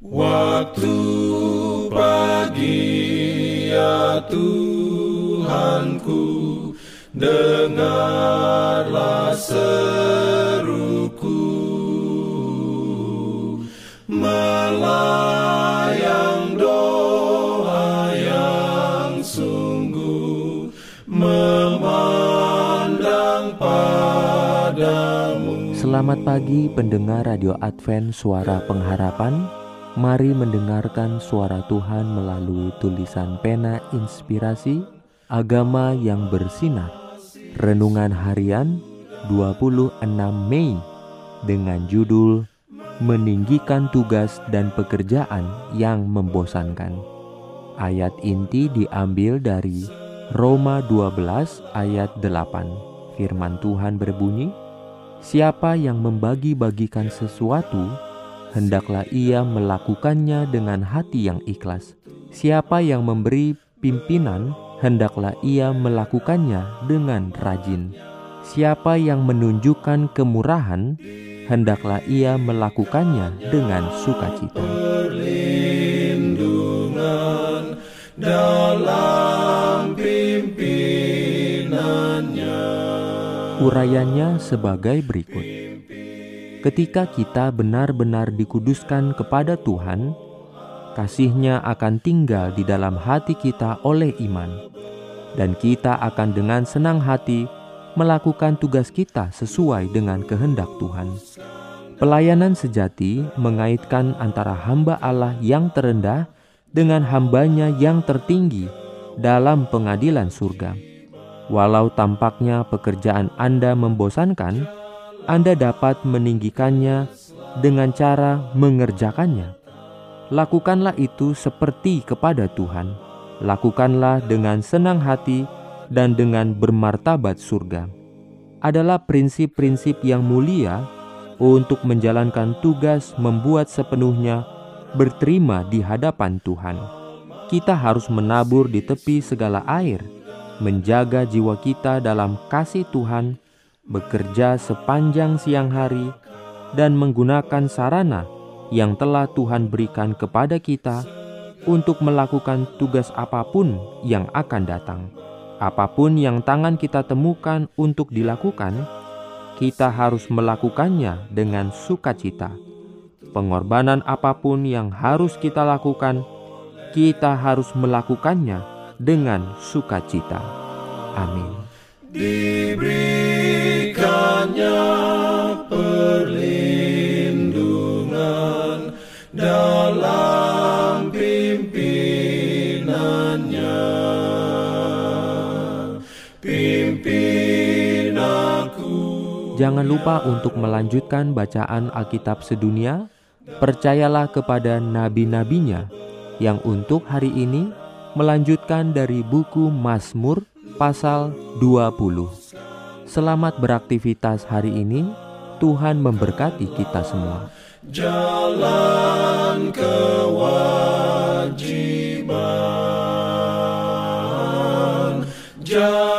Waktu pagi ya Tuhanku, dengarlah seruku, melayang doa yang sungguh, memandang padamu. Selamat pagi pendengar Radio Advent Suara Pengharapan. Mari mendengarkan suara Tuhan melalui tulisan pena inspirasi agama yang bersinar. Renungan harian 26 Mei dengan judul Meninggikan Tugas dan Pekerjaan yang Membosankan. Ayat inti diambil dari Roma 12 ayat 8. Firman Tuhan berbunyi, "Siapa yang membagi-bagikan sesuatu, hendaklah ia melakukannya dengan hati yang ikhlas. Siapa yang memberi pimpinan, hendaklah ia melakukannya dengan rajin. Siapa yang menunjukkan kemurahan, hendaklah ia melakukannya dengan sukacita." Perlindungan dalam pimpinannya. Urayanya sebagai berikut. Ketika kita benar-benar dikuduskan kepada Tuhan, kasih-Nya akan tinggal di dalam hati kita oleh iman, dan kita akan dengan senang hati melakukan tugas kita sesuai dengan kehendak Tuhan. Pelayanan sejati mengaitkan antara hamba Allah yang terendah dengan hamba-Nya yang tertinggi dalam pengadilan surga. Walau tampaknya pekerjaan Anda membosankan, Anda dapat meninggikannya dengan cara mengerjakannya. Lakukanlah itu seperti kepada Tuhan. Lakukanlah dengan senang hati dan dengan bermartabat surga. Adalah prinsip-prinsip yang mulia untuk menjalankan tugas membuat sepenuhnya berterima di hadapan Tuhan. Kita harus menabur di tepi segala air, menjaga jiwa kita dalam kasih Tuhan, bekerja sepanjang siang hari, dan menggunakan sarana yang telah Tuhan berikan kepada kita untuk melakukan tugas apapun yang akan datang. Apapun yang tangan kita temukan untuk dilakukan, kita harus melakukannya dengan sukacita. Pengorbanan apapun yang harus kita lakukan, kita harus melakukannya dengan sukacita. Amin. Diberikannya perlindungan dalam pimpinannya. Pimpin aku. Jangan lupa untuk melanjutkan bacaan Alkitab sedunia. Percayalah kepada nabi-nabinya yang untuk hari ini melanjutkan dari buku Mazmur pasal 20. Selamat beraktivitas hari ini. Tuhan memberkati kita semua. Jalan kewajiban.